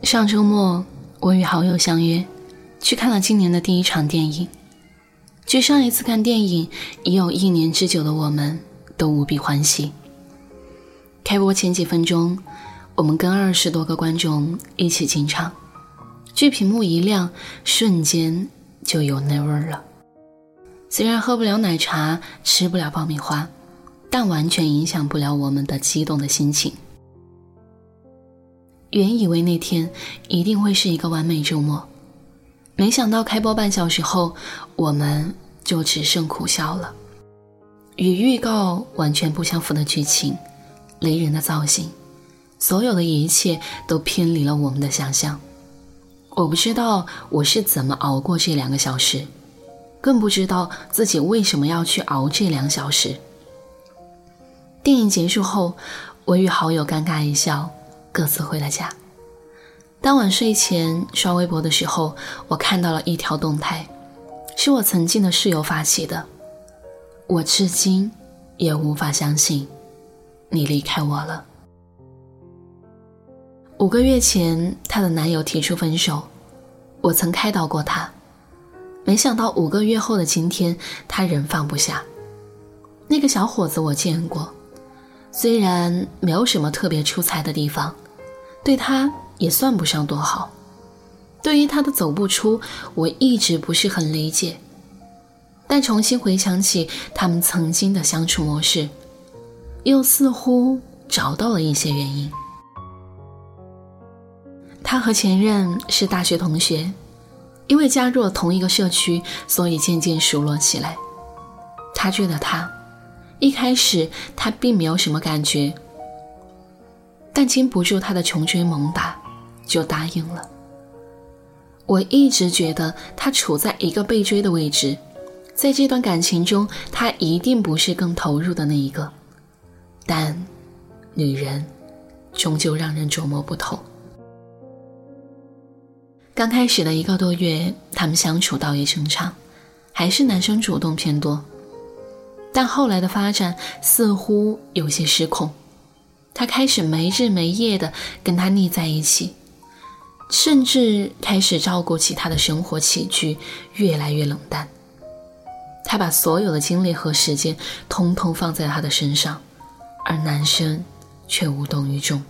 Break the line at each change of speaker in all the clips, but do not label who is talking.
上周末，我与好友相约去看了今年的第一场电影。距上一次看电影已有1年之久的我们都无比欢喜。开播前几分钟，我们跟20多个观众一起进场，剧屏幕一亮，瞬间就有那味儿了。虽然喝不了奶茶，吃不了爆米花，但完全影响不了我们的激动的心情。原以为那天一定会是一个完美周末，没想到开播半小时后，我们就只剩苦笑了。与预告完全不相符的剧情，雷人的造型，所有的一切都偏离了我们的想象。我不知道我是怎么熬过这2个小时，更不知道自己为什么要去熬这2小时。电影结束后，我与好友尴尬一笑，各自回了家。当晚睡前刷微博的时候，我看到了一条动态，是我曾经的室友发起的。我至今也无法相信你离开我了。5个月前，她的男友提出分手，我曾开导过她，没想到5个月后的今天，她仍放不下。那个小伙子我见过，虽然没有什么特别出彩的地方，对他也算不上多好。对于他的走不出，我一直不是很理解。但重新回想起他们曾经的相处模式，又似乎找到了一些原因。他和前任是大学同学，因为加入了同一个社区，所以渐渐熟络起来。他追了他，一开始他并没有什么感觉，但经不住他的穷追猛打，就答应了。我一直觉得他处在一个被追的位置，在这段感情中，他一定不是更投入的那一个。但女人终究让人琢磨不透。刚开始的1个多月，他们相处倒也正常，还是男生主动偏多。但后来的发展似乎有些失控，他开始没日没夜地跟他腻在一起，甚至开始照顾起他的生活起居，越来越冷淡。他把所有的精力和时间通通放在他的身上，而男生却无动于衷。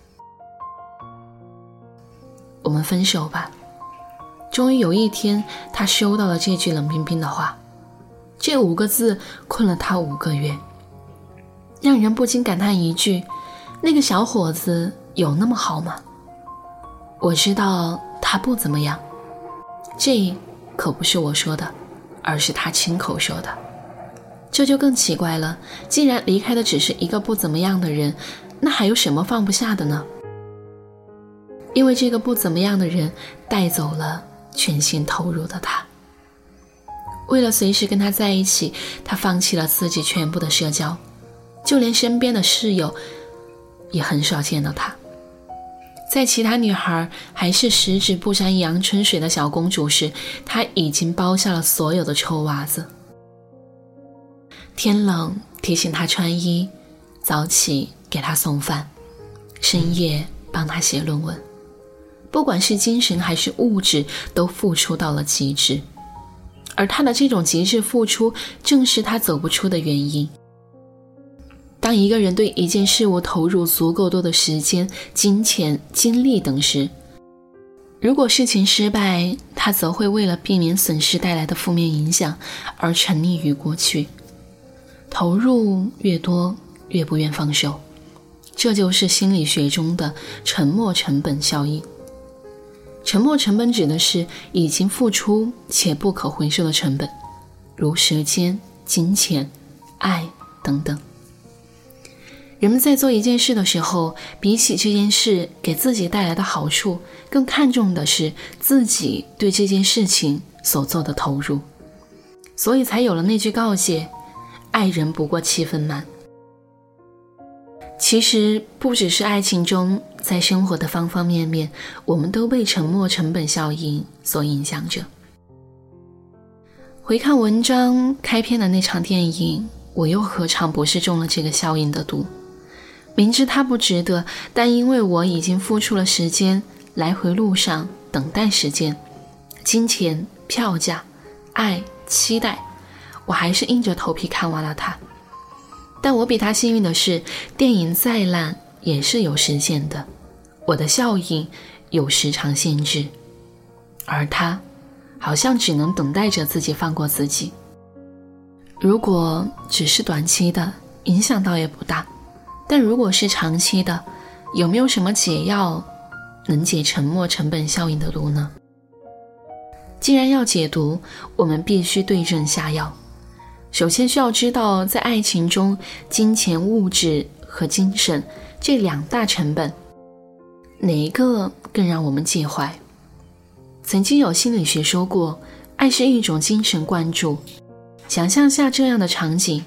我们分手吧。终于有一天，他收到了这句冷冰冰的话，这5个字困了他5个月，让人不禁感叹一句，那个小伙子有那么好吗？我知道他不怎么样，这可不是我说的，而是他亲口说的。这就更奇怪了，既然离开的只是一个不怎么样的人，那还有什么放不下的呢？因为这个不怎么样的人带走了全心投入的他。为了随时跟他在一起，他放弃了自己全部的社交，就连身边的室友也很少见到他。在其他女孩还是十指不沾阳春水的小公主时，他已经包下了所有的臭袜子。天冷提醒他穿衣，早起给他送饭，深夜帮他写论文，不管是精神还是物质，都付出到了极致。而他的这种极致付出，正是他走不出的原因。当一个人对一件事物投入足够多的时间、金钱、精力等时，如果事情失败，他则会为了避免损失带来的负面影响而沉溺于过去。投入越多，越不愿放手，这就是心理学中的沉没成本效应。沉没成本指的是已经付出且不可回收的成本，如时间、金钱、爱等等。人们在做一件事的时候，比起这件事给自己带来的好处，更看重的是自己对这件事情所做的投入，所以才有了那句告诫，爱人不过7分满。其实不只是爱情中，在生活的方方面面，我们都被沉没成本效应所影响着。回看文章开篇的那场电影，我又何尝不是中了这个效应的毒。明知它不值得，但因为我已经付出了时间、 来回路上等待时间、金钱、票价、爱、期待，我还是硬着头皮看完了它。但我比他幸运的是，电影再烂也是有时限的，我的效应有时长限制，而他好像只能等待着自己放过自己。如果只是短期的，影响倒也不大，但如果是长期的，有没有什么解药能解沉没成本效应的毒呢？既然要解毒，我们必须对症下药。首先需要知道，在爱情中，金钱、物质和精神这两大成本，哪一个更让我们介怀？曾经有心理学说过，爱是一种精神灌注。想象下这样的场景，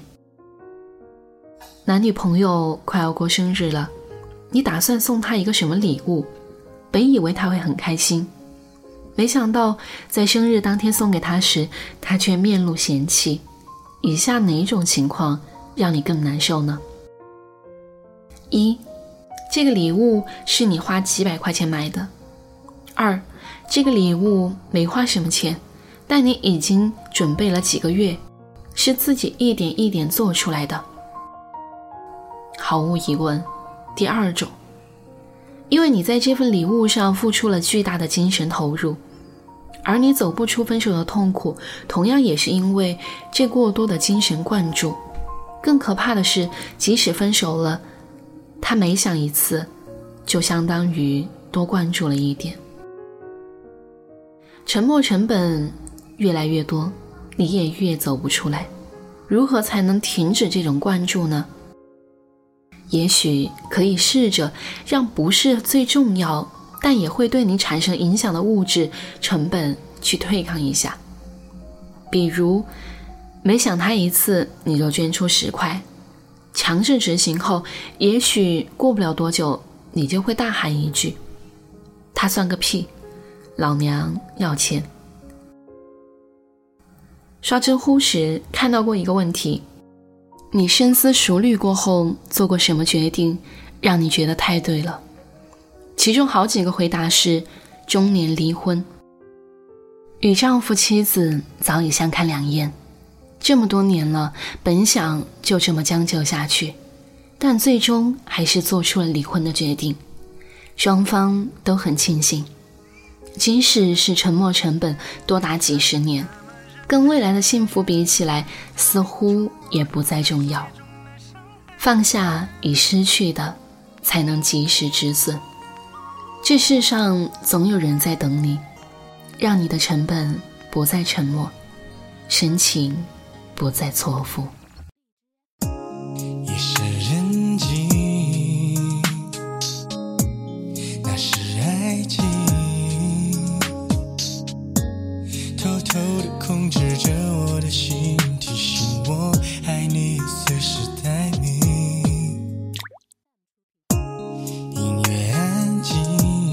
男女朋友快要过生日了，你打算送他一个什么礼物？本以为他会很开心，没想到在生日当天送给他时，他却面露嫌弃。以下哪一种情况让你更难受呢？一，这个礼物是你花几百块钱买的。二，这个礼物没花什么钱，但你已经准备了几个月，是自己一点一点做出来的。毫无疑问，第二种，因为你在这份礼物上付出了巨大的精神投入，而你走不出分手的痛苦，同样也是因为这过多的精神灌注。更可怕的是，即使分手了，他每想一次，就相当于多灌注了一点。沉没成本越来越多，你也越走不出来。如何才能停止这种灌注呢？也许可以试着让不是最重要但也会对你产生影响的物质成本去对抗一下。比如每想他一次你就捐出10块，强制执行后，也许过不了多久你就会大喊一句，他算个屁，老娘要钱。刷知乎时看到过一个问题，你深思熟虑过后做过什么决定让你觉得太对了？其中好几个回答是中年离婚。与丈夫妻子早已相看两厌，这么多年了，本想就这么将就下去，但最终还是做出了离婚的决定。双方都很庆幸，即使是沉没成本多达几十年，跟未来的幸福比起来，似乎也不再重要。放下已失去的，才能及时止损。这世上总有人在等你，让你的成本不再沉默，深情不再错付。
夜深人静，那是爱情，偷偷地控制着我的心，提醒我爱你随时待命。音乐安静，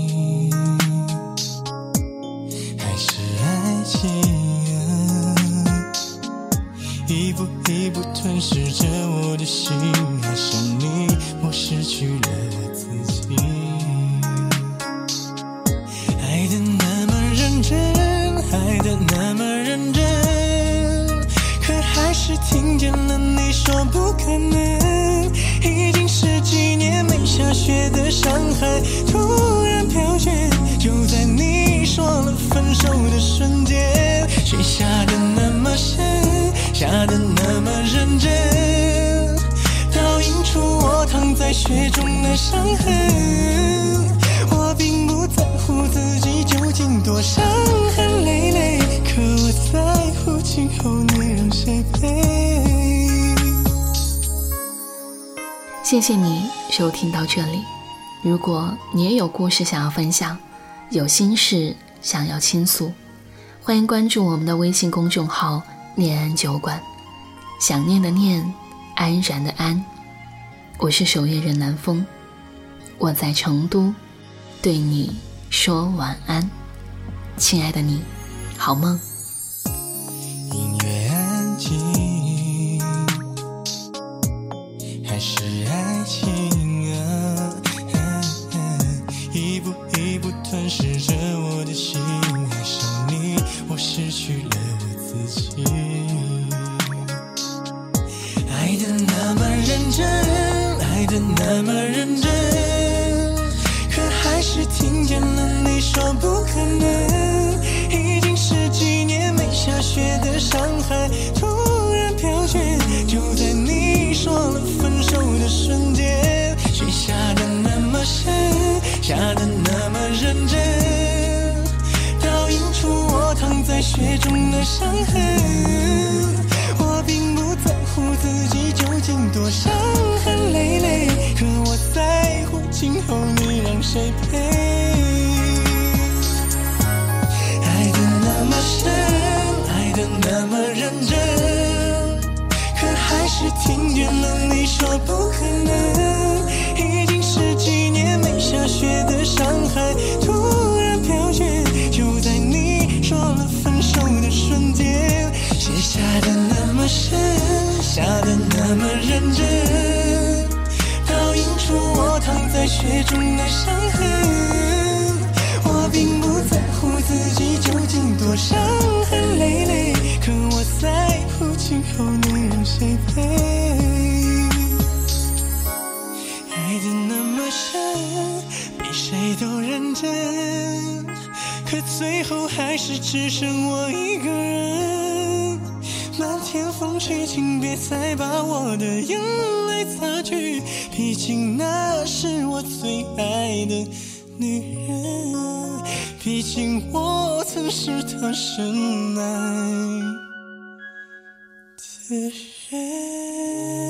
还是爱情，一步一步吞噬着我的心，爱上你，我失去了我自己。爱得那么认真，爱得那么认真，可还是听见了你说不可能。已经十几年没下雪的上海突然飘雪，就在你说了分手的瞬间，雪下得那么深，下得那么认真，倒映出我躺在雪中的伤痕。我并不在乎自己究竟多伤痕累累，可我在乎今后你让谁陪。
谢谢你收听到这里，如果你也有故事想要分享，有心事想要倾诉，欢迎关注我们的微信公众号念安酒馆，想念的念，安然的安。我是守夜人南风，我在成都对你说晚安，亲爱的你，好梦。
音乐安静，还是爱情啊，一步一步吞噬着我的心，爱上你，我失去了自己。爱得那么认真，爱得那么认真，可还是听见了你说不可能。已经十几年没下雪的上海突然飘雪，就在你说了分手的瞬间，雪下得那么深，下得那么认真，倒映出我躺在雪中的伤痕。我并不在乎自己究竟多伤痕累累，可我在乎今后你让谁陪。爱得那么深，爱得那么认真，可还是听见了你说不可能。已经十几年没下雪的上海突然飘雪，就在你说了分手的瞬间，雪下得那么深，下得那么认真，倒映出我躺在雪中的伤痕。我并不在乎自己究竟多伤痕累累，可我在乎今后你让谁陪。爱得那么深，比谁都认真，可最后还是只剩我一个人。漫天风吹，请别再把我的眼泪擦去，毕竟那是我最爱的女人，毕竟我曾是她深爱的人。